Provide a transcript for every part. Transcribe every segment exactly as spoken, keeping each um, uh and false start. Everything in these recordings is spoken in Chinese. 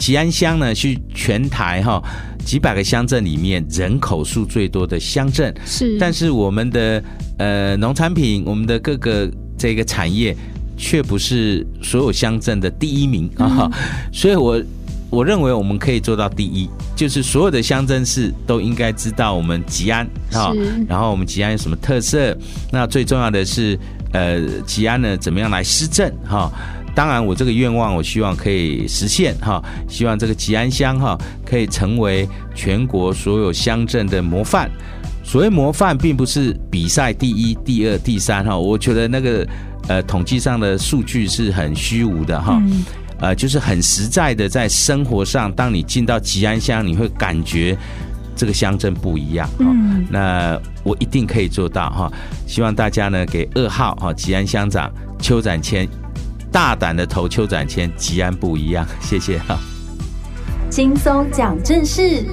吉安乡呢是全台哈、哦、几百个乡镇里面人口数最多的乡镇， 是， 但是我们的呃农产品，我们的各个这个产业却不是所有乡镇的第一名啊、嗯，所以我我认为我们可以做到第一，就是所有的乡镇市都应该知道我们吉安啊，然后我们吉安有什么特色，那最重要的是呃吉安呢怎么样来施政哈。当然我这个愿望我希望可以实现哈，希望这个吉安乡哈可以成为全国所有乡镇的模范。所谓模范并不是比赛第一第二第三哈，我觉得那个呃统计上的数据是很虚无的哈、嗯、呃就是很实在的在生活上，当你进到吉安乡你会感觉这个乡镇不一样、嗯、那我一定可以做到哈，希望大家呢给二号哈吉安乡长邱展谦大胆的投邱展谦，吉安不一样，谢谢哈。 轻松讲正事。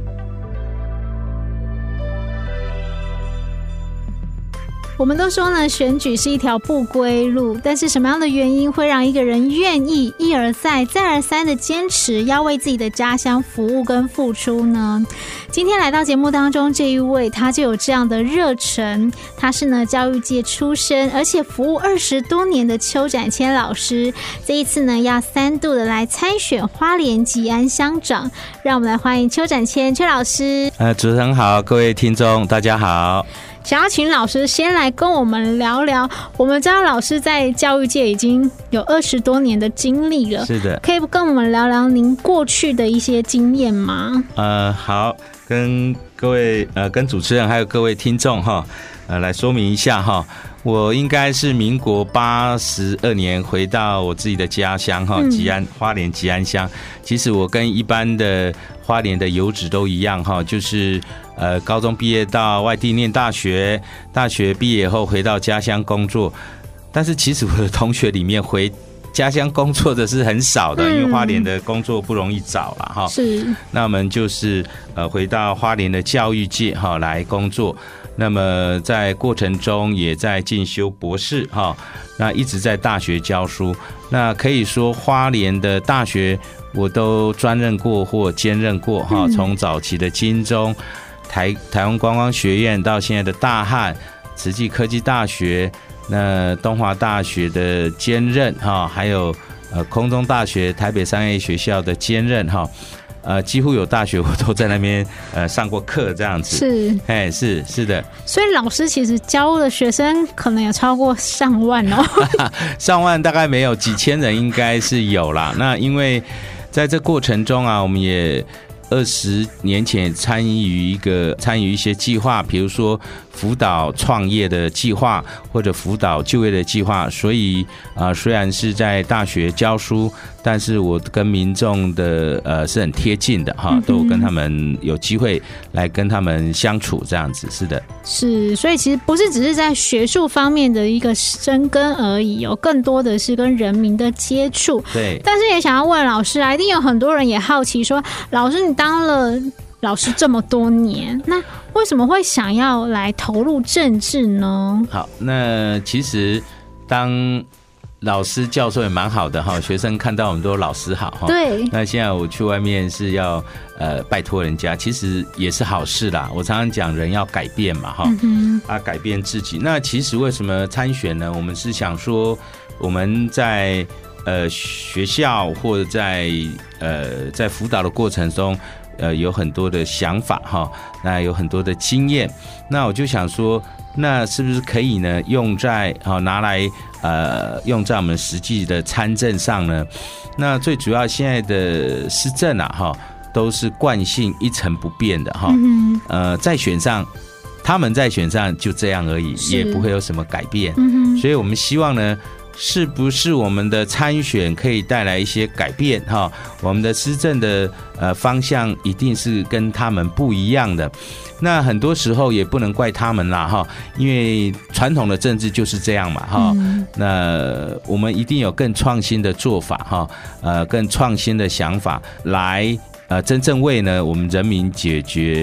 我们都说呢，选举是一条不归路，但是什么样的原因会让一个人愿意一而再再而三的坚持要为自己的家乡服务跟付出呢？今天来到节目当中这一位，他就有这样的热忱，他是呢教育界出身，而且服务二十多年的邱展谦老师，这一次呢要三度的来参选花莲吉安乡长，让我们来欢迎邱展谦邱老师。 呃，主持人好，各位听众大家好。 想要请老师先来跟我们聊聊，我们知道老师在教育界已经有二十多年的经历了， 是的， 可以跟我们聊聊您过去的一些经验吗？ 呃，好，跟各位呃，跟主持人还有各位听众哈，呃，来说明一下哈。我应该是民国八十二年回到我自己的家乡哈，吉安花莲吉安乡。其实我跟一般的花莲的游子都一样哈，就是呃高中毕业到外地念大学，大学毕业后回到家乡工作。但是其实我的同学里面回家乡工作的是很少的，因为花莲的工作不容易找啦哈。是，那我们就是呃回到花莲的教育界哈来工作。那么在过程中也在进修博士哈，那一直在大学教书，那可以说花莲的大学我都专任过或兼任过哈，从早期的金钟、台台湾观光学院到现在的大汉、慈济科技大学、那东华大学的兼任哈，还有呃空中大学、台北商业学校的兼任哈。呃，几乎有大学我都在那边呃上过课，这样子是，哎，是是的。 所以老师其实教的学生可能有超过上万哦， 上万大概没有，几千人应该是有啦。那因为在这过程中啊，我们也二十年前参与一个参与一些计划，比如说辅导创业的计划或者辅导就业的计划，所以啊、呃，虽然是在大学教书，但是我跟民众的呃是很贴近的哈，都有跟他们有机会来跟他们相处，这样子是的。 是，所以其实不是只是在学术方面的一个深耕而已，有更多的是跟人民的接触。 对， 但是也想要问老师啊，一定有很多人也好奇说，老师你当了老师这么多年，那为什么会想要来投入政治呢？ 好，那其实当老师教授也蛮好的哈，学生看到我们都老师好哈。对。那现在我去外面是要呃拜托人家，其实也是好事啦。我常常讲人要改变嘛哈、嗯，啊改变自己。那其实为什么参选呢？我们是想说我们在呃学校或者在呃在辅导的过程中。呃，有很多的想法哈，那有很多的经验，那我就想说，那是不是可以呢，用在好拿来呃，用在我们实际的参政上呢？那最主要现在的施政啊哈，都是惯性一成不变的哈，嗯、呃，在选上，他们在选上就这样而已，也不会有什么改变，嗯、所以我们希望呢。是不是我们的参选可以带来一些改变哈？我们的施政的呃方向一定是跟他们不一样的。那很多时候也不能怪他们啦哈，因为传统的政治就是这样嘛哈、嗯。那我们一定有更创新的做法哈，呃，更创新的想法来呃真正为呢我们人民解决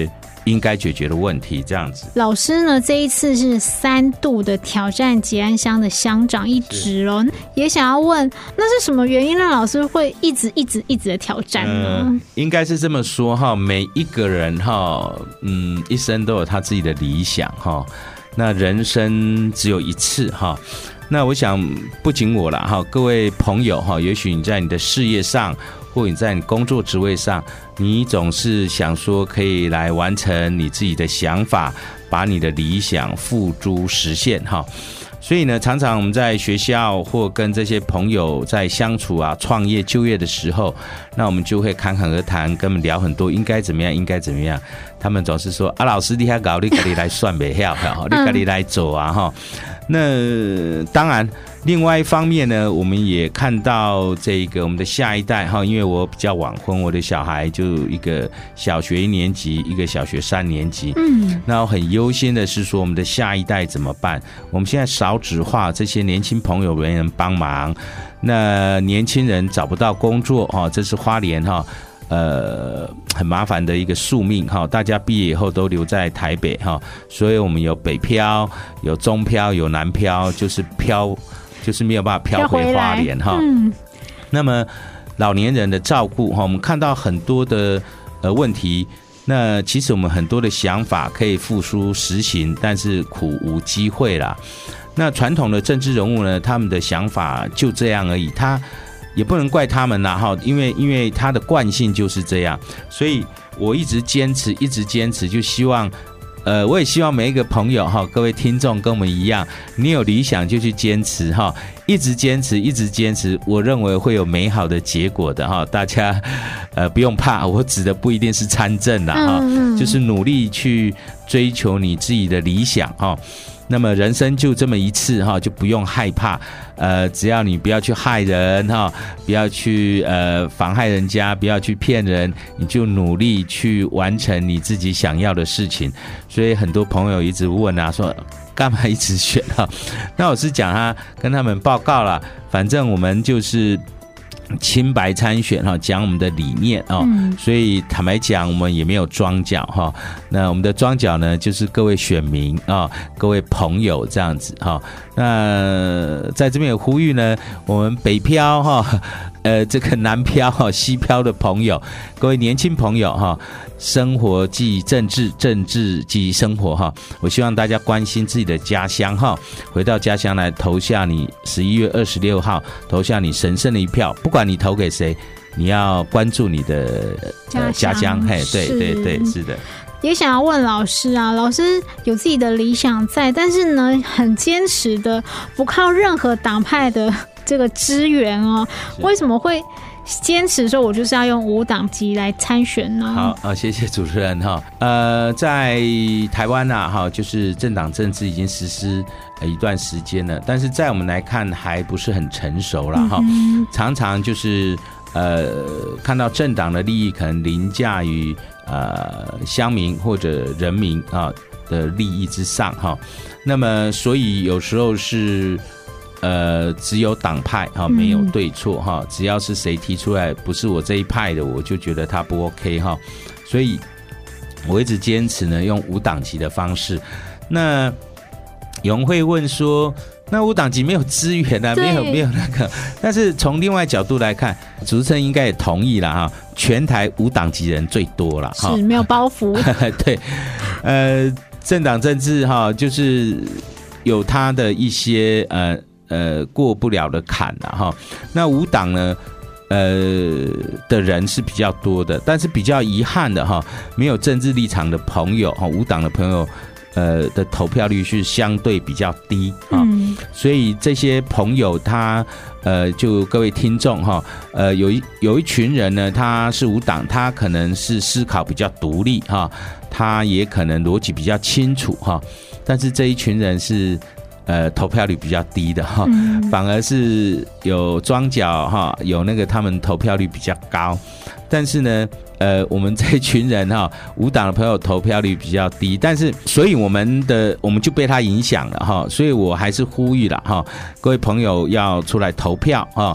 应该解决的问题，这样子。 老师呢，这一次是三度的挑战捷安乡的乡长一职哦，也想要问，那是什么原因让老师会一直一直一直的挑战呢？呃、 应该是这么说哈，每一个人哈，嗯，一生都有他自己的理想哈，那人生只有一次哈。那我想，不仅我啦哈，各位朋友哈，也许你在你的事业上，或你在你工作职位上，你总是想说可以来完成你自己的想法，把你的理想付诸实现哈。所以呢，常常我们在学校或跟这些朋友在相处啊、创业、就业的时候，那我们就会侃侃而谈，跟他们聊很多应该怎么样，应该怎么样。他们总是说啊，老师你还搞，你自己来算不晓，你自己来走啊哈。那当然，另外一方面呢，我们也看到这个我们的下一代哈，因为我比较晚婚，我的小孩就一个小学一年级，一个小学三年级。嗯，那很忧心的是说，我们的下一代怎么办？我们现在少子化，这些年轻朋友没人帮忙，那年轻人找不到工作哈，这是花莲哈。呃，很麻烦的一个宿命哈，大家毕业以后都留在台北哈，所以我们有北漂、有中漂、有南漂，就是漂，就是没有办法漂回花莲哈。嗯，那么老年人的照顾哈，我们看到很多的呃问题，那其实我们很多的想法可以付诸实行，但是苦无机会啦。那传统的政治人物呢，他们的想法就这样而已，他。也不能怪他们啦哈，因为因为他的惯性就是这样，所以我一直坚持，一直坚持，就希望，呃，我也希望每一个朋友哈，各位听众跟我们一样，你有理想就去坚持哈，一直坚持，一直坚持，我认为会有美好的结果的哈，大家呃不用怕，我指的不一定是参政啦哈，嗯嗯，就是努力去追求你自己的理想哈。那么人生就这么一次哈，就不用害怕，呃，只要你不要去害人哈，不要去呃妨害人家，不要去骗人，你就努力去完成你自己想要的事情。所以很多朋友一直问啊，说干嘛一直选哈？那我是讲他跟他们报告了，反正我们就是清白参选哈，讲我们的理念哦，嗯、所以坦白讲，我们也没有庄脚哈。那我们的庄脚呢，就是各位选民啊、哦，各位朋友这样子哈。那在这边有呼吁呢，我们北漂哈，呃，这个南漂哈、西漂的朋友，各位年轻朋友哈，生活即政治，政治即生活哈。我希望大家关心自己的家乡哈，回到家乡来投下你十一月二十六号投下你神圣的一票，不管你投给谁，你要关注你的、呃、家乡。嘿，对对对，是的。 也想要问老师啊，老师有自己的理想在，但是呢，很坚持的不靠任何党派的这个支援哦，为什么会坚持说我就是要用无党籍来参选呢？ 好，呃、谢谢主持人哈。呃，在台湾啊，哈，就是政党政治已经实施一段时间了，但是在我们来看还不是很成熟了哈、嗯。常常就是呃，看到政党的利益可能凌驾于呃乡民或者人民啊的利益之上哈。那么，所以有时候是。呃，只有党派哈，没有对错哈、嗯。只要是谁提出来不是我这一派的，我就觉得他不 OK 哈。所以我一直坚持呢，用无党籍的方式。那有人会问说，那无党籍没有资源啊，没有没有那个。但是从另外角度来看，主持人应该也同意啦哈，全台无党籍人最多了哈， 是没有包袱。 对，呃，政党政治哈，就是有他的一些呃。呃，过不了的坎了哈。那无党呢，呃的人是比较多的，但是比较遗憾的哈，没有政治立场的朋友哈，无党的朋友，呃的投票率是相对比较低啊。嗯、所以这些朋友他呃，就各位听众哈，呃，有一有一群人呢，他是无党，他可能是思考比较独立哈，他也可能逻辑比较清楚哈，但是这一群人是。呃，投票率比较低的哈、嗯，反而是有庄脚哈，有那个他们投票率比较高，但是呢，呃，我们这群人哈，无党的朋友投票率比较低，但是所以我们的我们就被他影响了哈，所以我还是呼吁了哈，各位朋友要出来投票哈。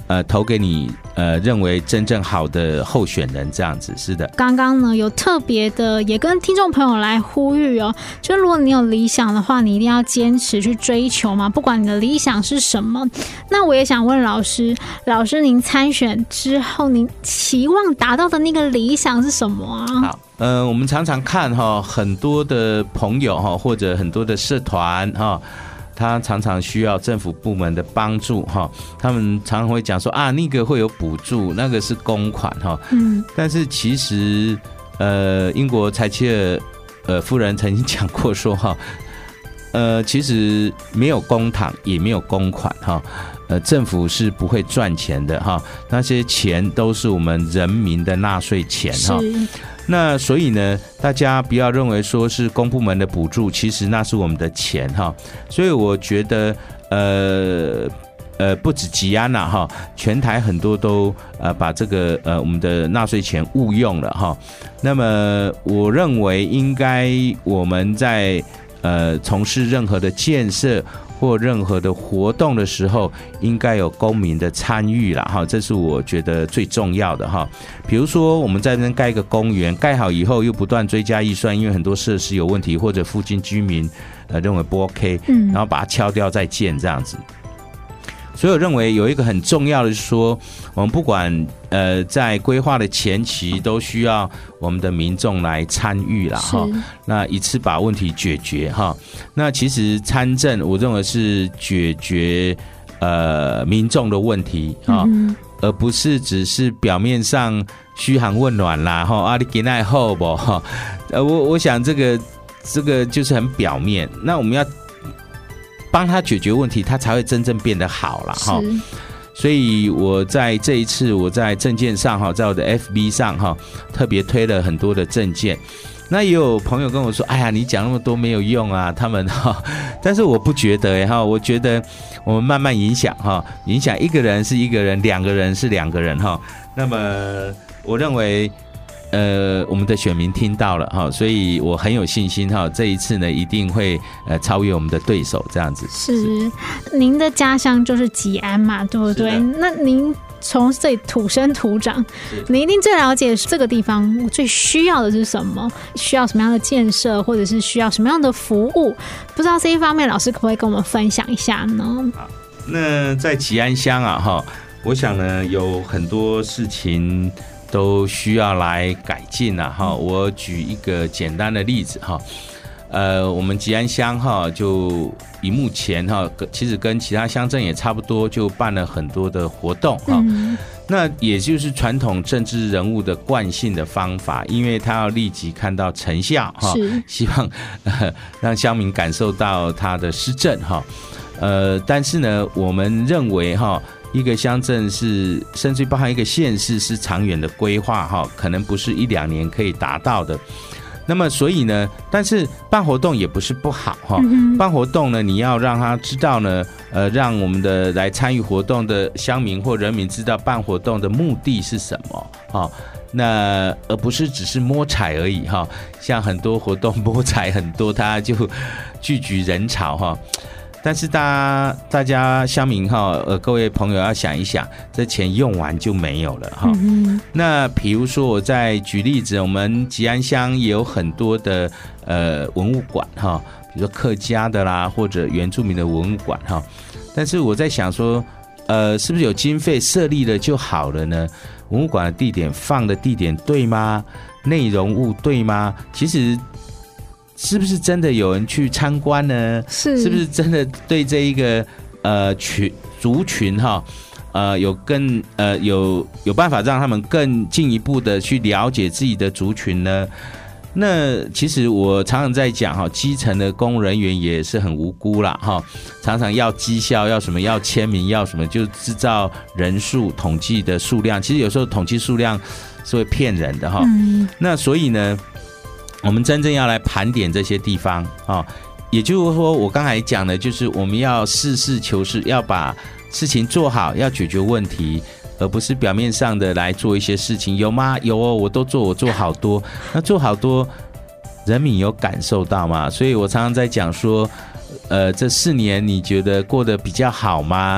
呃投给你呃认为真正好的候选人，这样子。是的， 刚刚呢有特别的也跟听众朋友来呼吁哦，就如果你有理想的话，你一定要坚持去追求嘛，不管你的理想是什么。那我也想问老师，老师您参选之后，您期望达到的那个理想是什么啊？ 好，呃，我们常常看哈，很多的朋友哈，或者很多的社团哈。他常常需要政府部门的帮助哈，他们常常会讲说啊，那个会有补助，那个是公款哈。嗯，但是其实呃，英国柴契尔呃夫人曾经讲过说哈，呃，其实没有公帑也没有公款哈，呃，政府是不会赚钱的哈，那些钱都是我们人民的纳税钱哈。那所以呢，大家不要认为说是公部门的补助，其实那是我们的钱哈。所以我觉得，呃呃，不止吉安呐哈，全台很多都呃把这个呃我们的纳税钱误用了哈。那么我认为应该我们在呃从事任何的建设或任何的活动的时候，应该有公民的参与啦哈，这是我觉得最重要的哈。比如说我们在那边盖一个公园，盖好以后又不断追加预算，因为很多设施有问题，或者附近居民呃认为不 OK， 然后把它敲掉再建这样子。所以我认为有一个很重要的是说，我们不管呃在规划的前期，都需要我们的民众来参与啦哈，那一次把问题解决哈。那其实参政，我认为是解决呃民众的问题哈，嗯，而不是只是表面上嘘寒问暖啦哈，啊你今天好不哈？呃我我想这个这个就是很表面，那我们要帮他解决问题，他才会真正变得好了哈。所以我在这一次，我在政见上哈，在我的 F B 上哈，特别推了很多的政见。那也有朋友跟我说：“哎呀，你讲那么多没有用啊，他们哈。”但是我不觉得哈，我觉得我们慢慢影响哈，影响一个人是一个人，两个人是两个人哈。那么我认为。呃，我们的选民听到了哈，所以我很有信心哈，这一次呢一定会呃超越我们的对手，这样子。 是，您的家乡就是吉安嘛，对不对？那您从这里土生土长，你一定最了解这个地方我最需要的是什么，需要什么样的建设，或者是需要什么样的服务？不知道这一方面，老师可不可以跟我们分享一下呢？ 好，那在吉安乡啊哈，我想呢有很多事情都需要来改进啊哈，我举一个简单的例子哈，呃，我们吉安乡哈，就以目前哈，其实跟其他乡镇也差不多，就办了很多的活动哈。嗯，那也就是传统政治人物的惯性的方法，因为他要立即看到成效哈，希望、呃、让乡民感受到他的施政哈。呃，但是呢，我们认为哈。一个乡镇是，甚至包含一个县市是长远的规划哈，可能不是一两年可以达到的。那么所以呢，但是办活动也不是不好哈。嗯、办活动呢，你要让他知道呢，呃，让我们的来参与活动的乡民或人民知道办活动的目的是什么哈。那而不是只是摸彩而已哈。像很多活动摸彩很多，他就聚集人潮哈。但是大家大家乡民哈，呃，各位朋友要想一想，这钱用完就没有了哈。嗯、那比如说我再举例子，我们吉安乡也有很多的呃文物馆哈，比如说客家的啦，或者原住民的文物馆哈。但是我在想说，呃，是不是有经费设立了就好了呢？文物馆的地点放的地点对吗？内容物对吗？其实。是不是真的有人去参观呢？是，是不是真的对这一个呃群族群哈，呃有更呃有有办法让他们更进一步的去了解自己的族群呢？那其实我常常在讲哈，基层的公务人员也是很无辜啦哈，常常要绩效，要什么，要签名，要什么，就制造人数统计的数量，其实有时候统计数量是会骗人的哈。嗯、那所以呢？我们真正要来盘点这些地方啊，也就是说，我刚才讲的，就是我们要实事求是，要把事情做好，要解决问题，而不是表面上的来做一些事情。有吗？有哦，我都做，我做好多。那做好多，人民有感受到吗？所以我常常在讲说，呃，这四年你觉得过得比较好吗？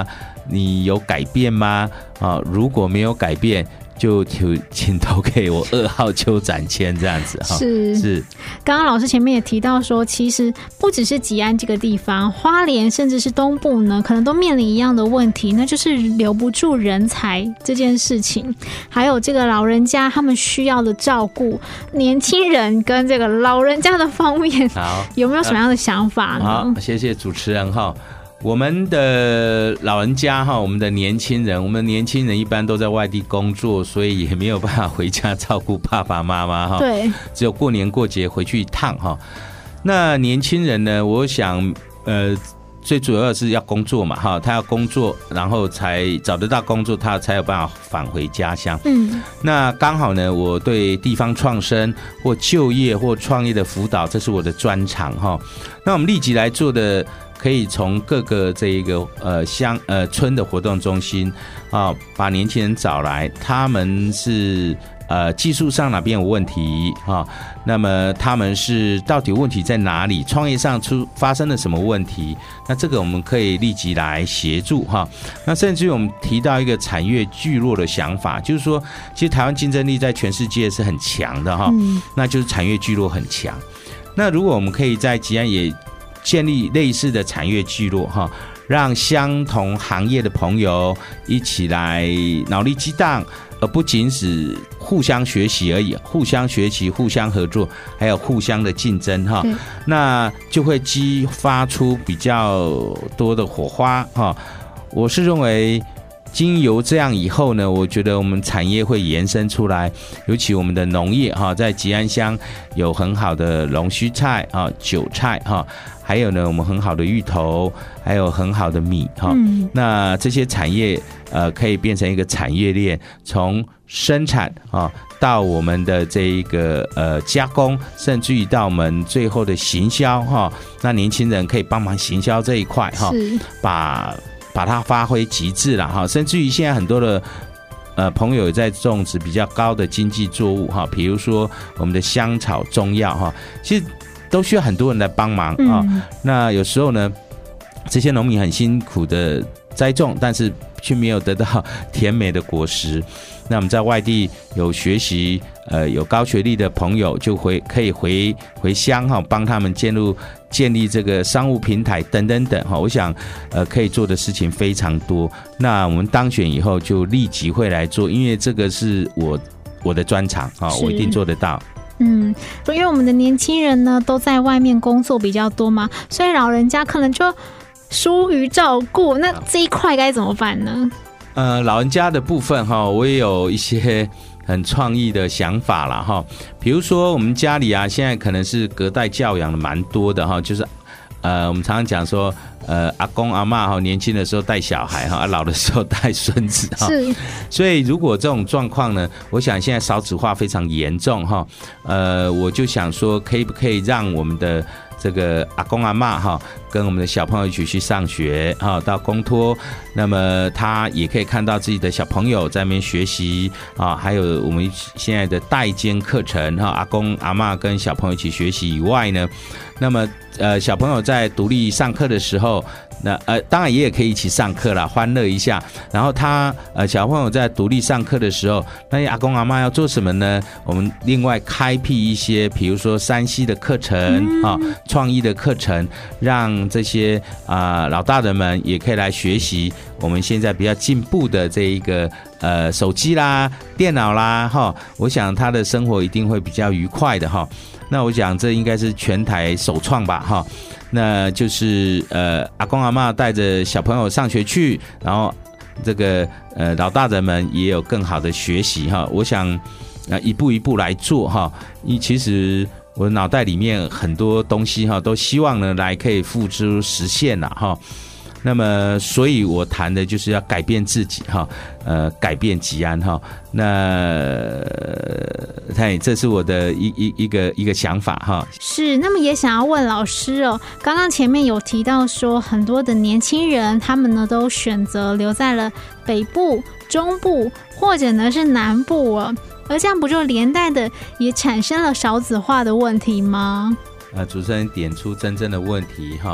你有改变吗？啊，如果没有改变，就请投给我二号邱展谦这样子哈。 是是，刚刚老师前面也提到说，其实不只是吉安这个地方，花莲甚至是东部呢，可能都面临一样的问题，那就是留不住人才这件事情，还有这个老人家他们需要的照顾，年轻人跟这个老人家的方面，好，有没有什么样的想法呢？ 好，谢谢主持人哈。我们的老人家哈，我们的年轻人，我们的年轻人一般都在外地工作，所以也没有办法回家照顾爸爸妈妈哈。 对， 只有过年过节回去一趟哈。那年轻人呢，我想呃，最主要是要工作嘛哈，他要工作，然后才找得到工作，他才有办法返回家乡。嗯，那刚好呢，我对地方创生或就业或创业的辅导，这是我的专长哈。那我们立即来做的。可以从各个这一个呃乡呃村的活动中心啊，把年轻人找来，他们是呃技术上哪边有问题啊？那么他们是到底问题在哪里？创业上出发生了什么问题？那这个我们可以立即来协助哈。那甚至于我们提到一个产业聚落的想法，就是说，其实台湾竞争力在全世界是很强的哈，嗯、那就是产业聚落很强。那如果我们可以在吉安也建立类似的产业聚落哈，让相同行业的朋友一起来脑力激荡，而不仅是互相学习而已，互相学习、互相合作，还有互相的竞争哈，那就会激发出比较多的火花哈。我是认为。经由这样以后呢，我觉得我们产业会延伸出来，尤其我们的农业哈，在吉安乡有很好的龙须菜啊、韭菜哈，还有呢我们很好的芋头，还有很好的米哈。嗯、那这些产业呃可以变成一个产业链，从生产啊到我们的这一个呃加工，甚至于到我们最后的行销哈。那年轻人可以帮忙行销这一块哈，把。把它发挥极致了哈，甚至于现在很多的呃朋友在种植比较高的经济作物哈，比如说我们的香草、中药哈，其实都需要很多人来帮忙啊。嗯、那有时候呢，这些农民很辛苦的栽种，但是却没有得到甜美的果实。那我们在外地有学习，呃，有高学历的朋友就回可以回回乡哈，帮他们建立建立这个商务平台等等等哈。我想，呃，可以做的事情非常多。那我们当选以后就立即会来做，因为这个是我我的专长哈，我一定做得到。 嗯，因为我们的年轻人呢都在外面工作比较多嘛，所以老人家可能就疏于照顾，那这一块该怎么办呢？ 呃，老人家的部分哈，我也有一些很创意的想法啦哈。比如说我们家里啊，现在可能是隔代教养的蛮多的哈，就是呃，我们常常讲说，呃，阿公阿嬷哈，年轻的时候带小孩哈，老的时候带孙子哈。是。所以如果这种状况呢，我想现在少子化非常严重哈，呃，我就想说，可以不可以让我们的这个阿公阿嬷哈，跟我们的小朋友一起去上学哈，到公托，那么他也可以看到自己的小朋友在那边学习啊，还有我们现在的代间课程哈，阿公阿嬷跟小朋友一起学习以外呢，那么呃小朋友在独立上课的时候，那呃当然也可以一起上课啦，欢乐一下。然后他呃小朋友在独立上课的时候，那阿公阿嬷要做什么呢？我们另外开辟一些，比如说山西的课程啊。嗯创意的课程，让这些啊、呃、老大人们也可以来学习我们现在比较进步的这一个呃手机啦、电脑啦哈，我想他的生活一定会比较愉快的哈。那我想这应该是全台首创吧哈。那就是呃阿公阿嬷带着小朋友上学去，然后这个呃老大人们也有更好的学习哈。我想呃一步一步来做哈，你其实。我的脑袋里面很多东西哈，都希望呢来可以付诸实现了哈。那么，所以我谈的就是要改变自己哈，呃，改变吉安哈。那，哎，这是我的一一一个一个想法哈。 是，那么也想要问老师哦，刚刚前面有提到说，很多的年轻人他们呢都选择留在了北部、中部或者呢是南部哦。而这样不就连带的也产生了少子化的问题吗？ 呃，主持人点出真正的问题哈，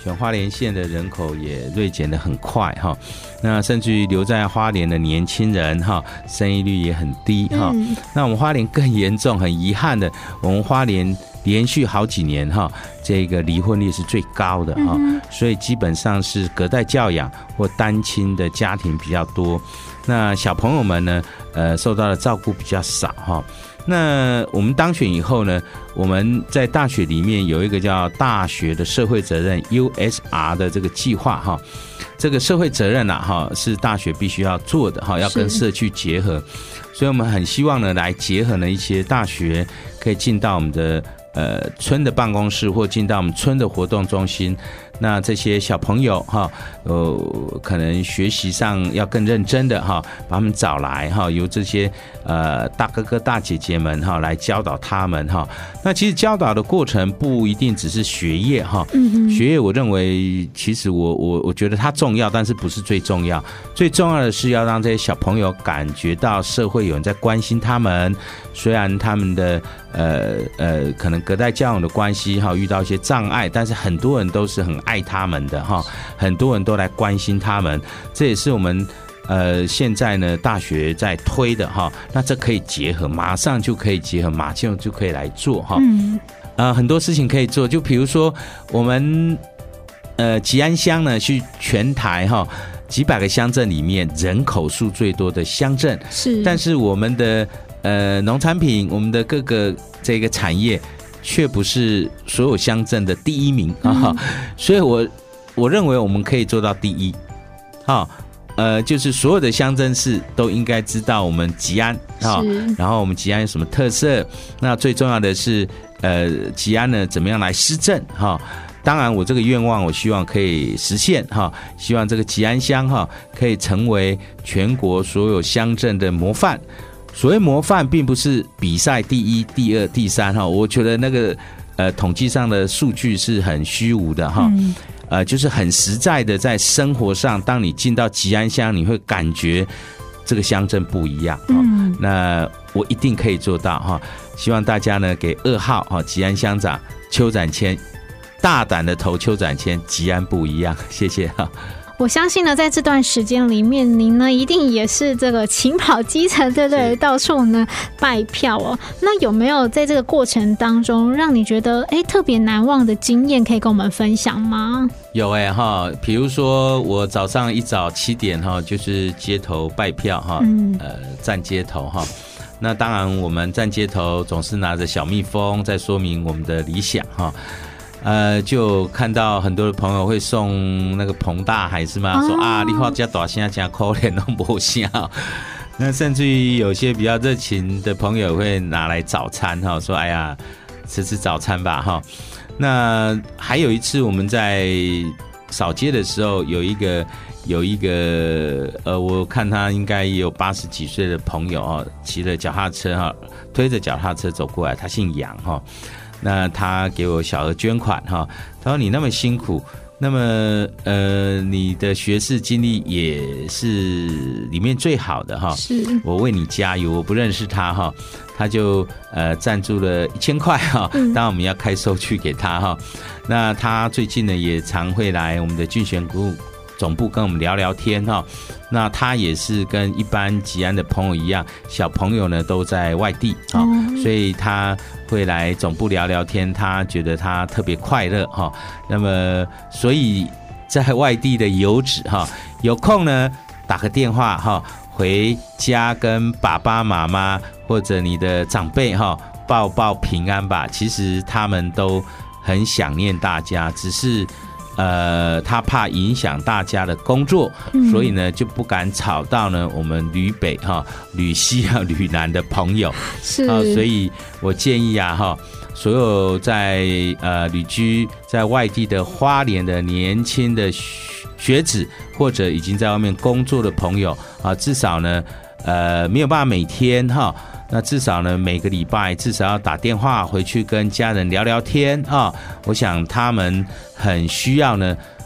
全花莲县的人口也锐减得很快哈，那甚至于留在花莲的年轻人哈，生育率也很低哈、嗯。那我们花莲更严重，很遗憾的，我们花莲连续好几年哈，这个离婚率是最高的哈、嗯，所以基本上是隔代教养或单亲的家庭比较多。那小朋友们呢，呃，受到的照顾比较少哈。那我们当选以后呢，我们在大学里面有一个叫大学的社会责任 U S R 的这个计划哈，这个社会责任啊哈是大学必须要做的哈，要跟社区结合，所以我们很希望呢来结合呢一些大学可以进到我们的呃村的办公室或进到我们村的活动中心。那这些小朋友哈，呃，可能学习上要更认真的哈，把他们找来哈，由这些呃大哥哥大姐姐们哈来教导他们哈。那其实教导的过程不一定只是学业哈，嗯，学业我认为其实我我我觉得它重要，但是不是最重要。最重要的是要让这些小朋友感觉到社会有人在关心他们，虽然他们的呃呃可能隔代教养的关系哈遇到一些障碍，但是很多人都是很爱他们的哈，很多人都来关心他们，这也是我们呃现在呢大学在推的哈。那这可以结合，马上就可以结合，马上就可以来做哈。嗯，呃，很多事情可以做，就比如说我们呃吉安乡呢是全台哈几百个乡镇里面人口数最多的乡镇，是，但是我们的呃农产品，我们的各个这个产业，却不是所有乡镇的第一名啊、嗯，所以我我认为我们可以做到第一，好，呃，就是所有的乡镇市都应该知道我们吉安啊，然后我们吉安有什么特色，那最重要的是，呃，吉安呢怎么样来施政哈？当然，我这个愿望，我希望可以实现哈，希望这个吉安乡哈可以成为全国所有乡镇的模范。所谓模范，并不是比赛第一、第二、第三哈，我觉得那个呃统计上的数据是很虚无的哈，嗯、呃，就是很实在的在生活上，当你进到吉安乡，你会感觉这个乡镇不一样。嗯，那我一定可以做到哈，希望大家呢给二号哈吉安乡长邱展谦大胆的投邱展谦，吉安不一样，谢谢哈。 我相信呢，在这段时间里面，您呢一定也是这个勤跑基层，对不对？到处呢拜票哦。那有没有在这个过程当中，让你觉得哎特别难忘的经验，可以跟我们分享吗？ 有哎、欸、哈，比如说我早上一早七点哈，就是街头拜票哈，嗯，呃，站街头哈。那当然，我们站街头总是拿着小蜜蜂在说明我们的理想哈。呃，就看到很多的朋友会送那个彭大海是吗？啊、说啊，你花家大声真可怜都没笑。那甚至于有些比较热情的朋友会拿来早餐哈，说哎呀，吃吃早餐吧哈。那还有一次我们在扫街的时候，有一个有一个呃，我看他应该也有八十几岁的朋友哈，骑着脚踏车哈，推着脚踏车走过来，他姓杨哈。那他给我小额捐款哈，他说你那么辛苦，那么呃你的学识经历也是里面最好的哈，是我为你加油。我不认识他哈，他就呃赞助了一千块哈，当然我们要开收据给他哈。那他最近呢也常会来我们的竞选股总部跟我们聊聊天哈。那他也是跟一般吉安的朋友一样，小朋友呢都在外地哈、哦，所以他会来总部聊聊天，他觉得他特别快乐哈。那么所以在外地的游子哈，有空呢打个电话哈，回家跟爸爸妈妈或者你的长辈哈报报平安吧。其实他们都很想念大家，只是呃，他怕影响大家的工作，嗯、所以呢就不敢吵到呢我们旅北哈、旅西啊、旅南的朋友。是啊，所以我建议啊哈，所有在呃旅居在外地的花莲的年轻的学子，或者已经在外面工作的朋友啊，至少呢呃没有办法每天哈。那至少呢，每个礼拜至少要打电话回去跟家人聊聊天啊。我想他们很需要呢，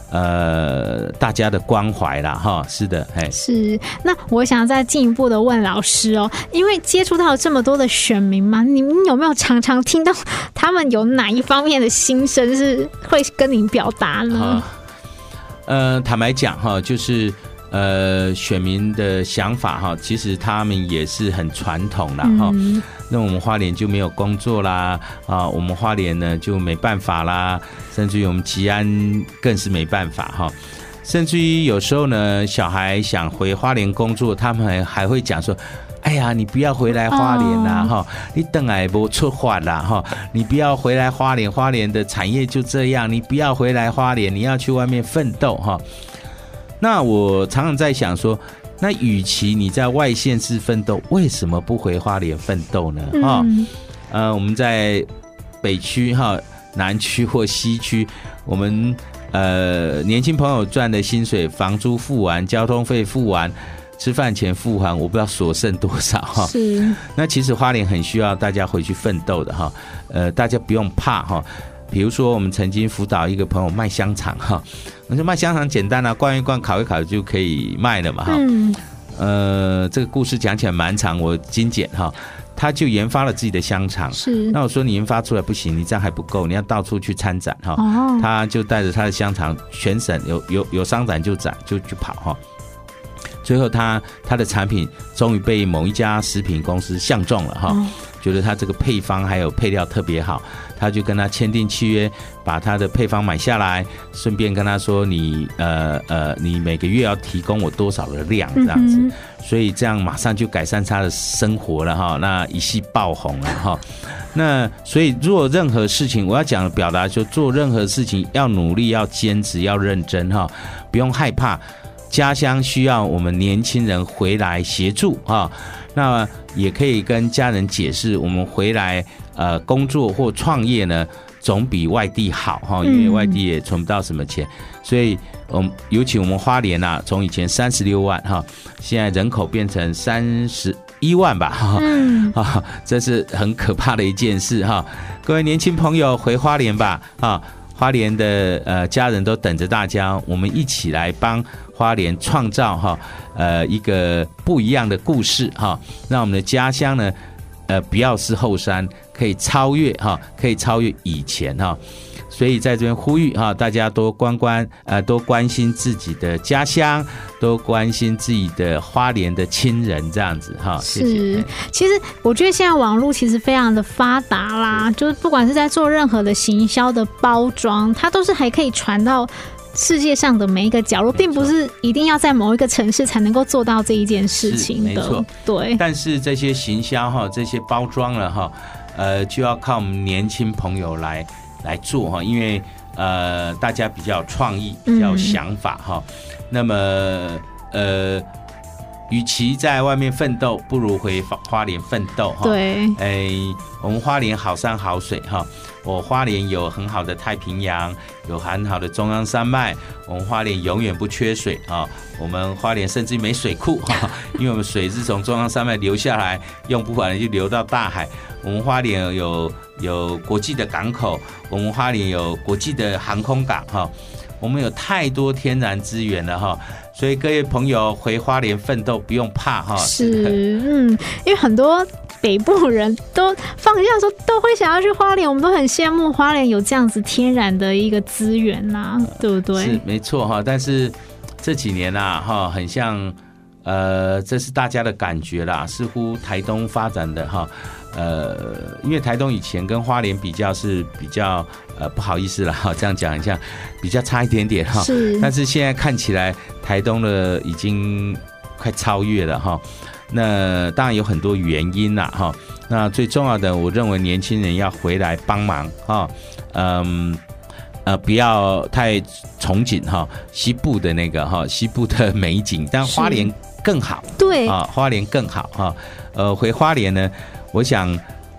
呃大家的关怀啦哈。是的，嘿， 是。那我想再进一步的问老师哦，因为接触到这么多的选民嘛，你们有没有常常听到他们有哪一方面的心声是会跟您表达呢？ 呃，坦白讲哈，就是呃选民的想法哈，其实他们也是很传统啦哈。嗯，那我们花莲就没有工作啦啊，我们花莲呢就没办法啦，甚至于我们吉安更是没办法哈。甚至于有时候呢，小孩想回花莲工作，他们还会讲说：“哎呀，你不要回来花莲啦哈，你等来不出发啦哈，你不要回来花莲，花莲的产业就这样，你不要回来花莲，你要去外面奋斗哈。”那我常常在想说，那与其你在外县市奋斗，为什么不回花莲奋斗呢？哈、嗯，呃，我们在北区哈、南区或西区，我们呃年轻朋友赚的薪水，房租付完，交通费付完，吃饭钱付完，我不知道所剩多少哈。是。那其实花莲很需要大家回去奋斗的哈，呃，大家不用怕哈。比如说，我们曾经辅导一个朋友卖香肠哈，我说卖香肠简单啊，灌一灌、烤一烤就可以卖了嘛哈。嗯。呃，这个故事讲起来蛮长，我精简哈。他就研发了自己的香肠，是。那我说你研发出来不行，你这样还不够，你要到处去参展哈。哦。他就带着他的香肠，全省有有有商展就展就去跑哈。最后他他的产品终于被某一家食品公司相中了哈。哦，觉得他这个配方还有配料特别好，他就跟他签订契约，把他的配方买下来，顺便跟他说你呃呃你每个月要提供我多少的量这样子。嗯，所以这样马上就改善他的生活了哈，那一夕爆红了哈。那所以做任何事情，我要讲的表达就做任何事情要努力，要坚持，要认真哈，不用害怕。家乡需要我们年轻人回来协助啊，那也可以跟家人解释，我们回来呃工作或创业呢，总比外地好哈，因为外地也存不到什么钱，所以我们尤其我们花莲啊，从以前三十六万哈，现在人口变成三十一万吧哈，嗯啊，这是很可怕的一件事哈。各位年轻朋友回花莲吧啊，花莲的呃家人都等着大家，我们一起来帮花莲创造哈呃一个不一样的故事哈，让我们的家乡呢呃不要是后山，可以超越哈，可以超越以前哈。所以在这边呼吁哈，大家多关关呃多关心自己的家乡，多关心自己的花莲的亲人，这样子哈。谢谢。是， 其实我觉得现在网络其实非常的发达啦，就是不管是在做任何的行销的包装，它都是还可以传到世界上的每一个角落，并不是一定要在某一个城市才能够做到这一件事情的。没错，对。 但是这些行销哈，这些包装了哈，呃，就要靠我们年轻朋友来。来做哈，因为呃大家比较有创意，比较有想法哈、嗯。那么呃，与其在外面奋斗，不如回花莲奋斗哈。对，哎，我们花莲好山好水哈，我花莲有很好的太平洋，有很好的中央山脉，我们花莲永远不缺水哈。我们花莲甚至没水库哈，因为我们水是从中央山脉流下来，用不完就流到大海。我们花莲有有国际的港口，我们花莲有国际的航空港哈，我们有太多天然资源了哈，所以各位朋友回花莲奋斗不用怕哈。 是，嗯，因为很多北部人都放假的时候都会想要去花莲，我们都很羡慕花莲有这样子天然的一个资源呐、啊，对不对？ 是没错哈，但是这几年啊哈，很像呃，这是大家的感觉啦，似乎台东发展的哈。呃，因为台东以前跟花莲比较是比较呃不好意思啦，这样讲一下比较差一点点哈。是，但是现在看起来台东的已经快超越了哈。那当然有很多原因啦哈。那最重要的，我认为年轻人要回来帮忙哈。嗯。呃，不要太憧憬哈西部的那个哈西部的美景，但花莲更好。对啊，花莲更好哈。呃，回花莲呢，我想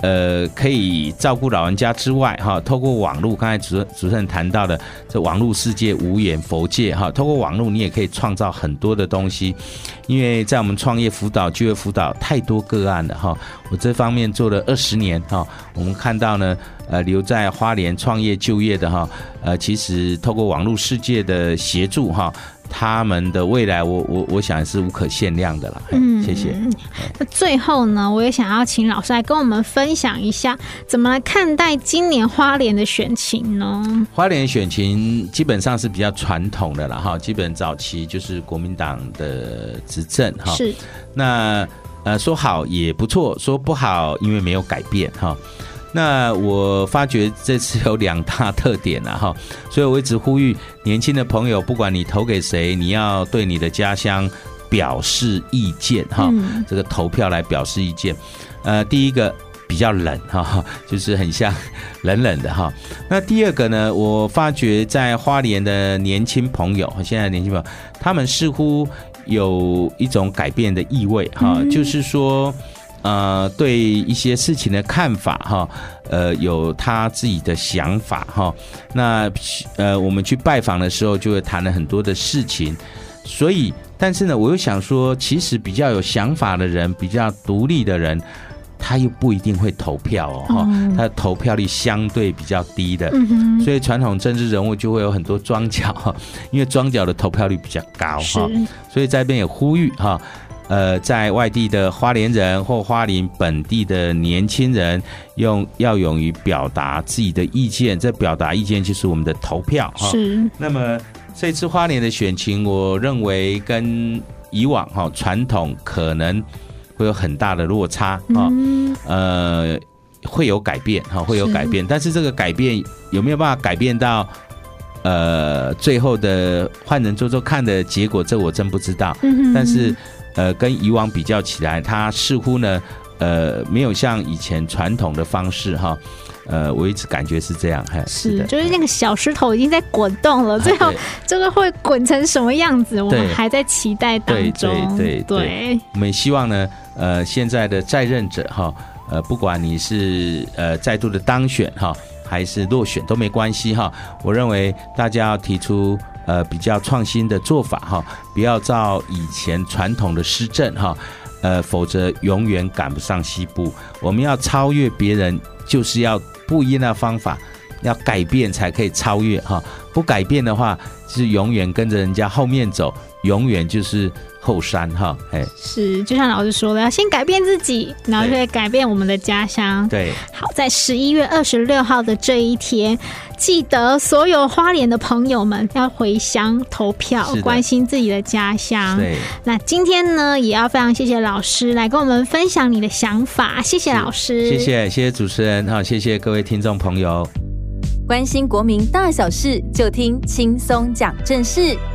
呃，可以照顾老人家之外，哈，透过网络，刚才主主持人谈到的这网络世界无眼佛界，哈，透过网络你也可以创造很多的东西，因为在我们创业辅导、就业辅导太多个案了，哈，我这方面做了二十年，哈，我们看到呢，呃，留在花莲创业就业的，哈，呃，其实透过网络世界的协助，哈。他们的未来我，我我我想是无可限量的啦。嗯，谢谢。 那最后呢，我也想要请老师来跟我们分享一下，怎么来看待今年花莲的选情呢？ 花莲选情基本上是比较传统的啦，哈，基本早期就是国民党的执政哈。是。那呃说好也不错，说不好因为没有改变哈。那我发觉这次有两大特点啊哈，所以我一直呼吁年轻的朋友，不管你投给谁，你要对你的家乡表示意见哈、嗯，这个投票来表示意见。呃，第一个比较冷哈，就是很像冷冷的哈。那第二个呢，我发觉在花莲的年轻朋友，现在的年轻朋友，他们似乎有一种改变的意味哈、嗯，就是说。呃，对一些事情的看法哈，呃，有他自己的想法哈。那呃，我们去拜访的时候，就会谈了很多的事情。所以，但是呢，我又想说，其实比较有想法的人，比较独立的人，他又不一定会投票哦，哈、嗯，他的投票率相对比较低的。嗯、所以，传统政治人物就会有很多庄脚哈，因为庄脚的投票率比较高哈。所以在这边也呼吁哈。呃，在外地的花莲人或花莲本地的年轻人，用要勇于表达自己的意见，这表达意见就是我们的投票哈。是。那么这次花莲的选情，我认为跟以往哈传统可能会有很大的落差啊、嗯，呃，会有改变哈，会有改变，但是这个改变有没有办法改变到？呃，最后的换人做做看的结果，这我真不知道。嗯、但是，呃，跟以往比较起来，它似乎呢，呃，没有像以前传统的方式哈。呃，我一直感觉是这样。是, 是的， 就是那个小石头已经在滚动了，最后这个会滚成什么样子，我们还在期待当中。 对对 对, 对, 对，我们也希望呢，呃，现在的在任者哈，呃，不管你是呃再度的当选哈。还是落选都没关系哈，我认为大家要提出呃比较创新的做法哈，不要照以前传统的施政哈，呃，否则永远赶不上西部。我们要超越别人，就是要不一样的方法，要改变才可以超越哈。不改变的话，是永远跟着人家后面走，永远就是后山哈。哎， 是，就像老师说的，要先改变自己，然后就会改变我们的家乡。对，好，在十一月二十六号的这一天，记得所有花莲的朋友们要回乡投票，关心自己的家乡。对，那今天呢，也要非常谢谢老师来跟我们分享你的想法，谢谢老师， 谢谢，谢谢主持人，好，谢谢各位听众朋友。 关心国民大小事，就听轻松讲正事。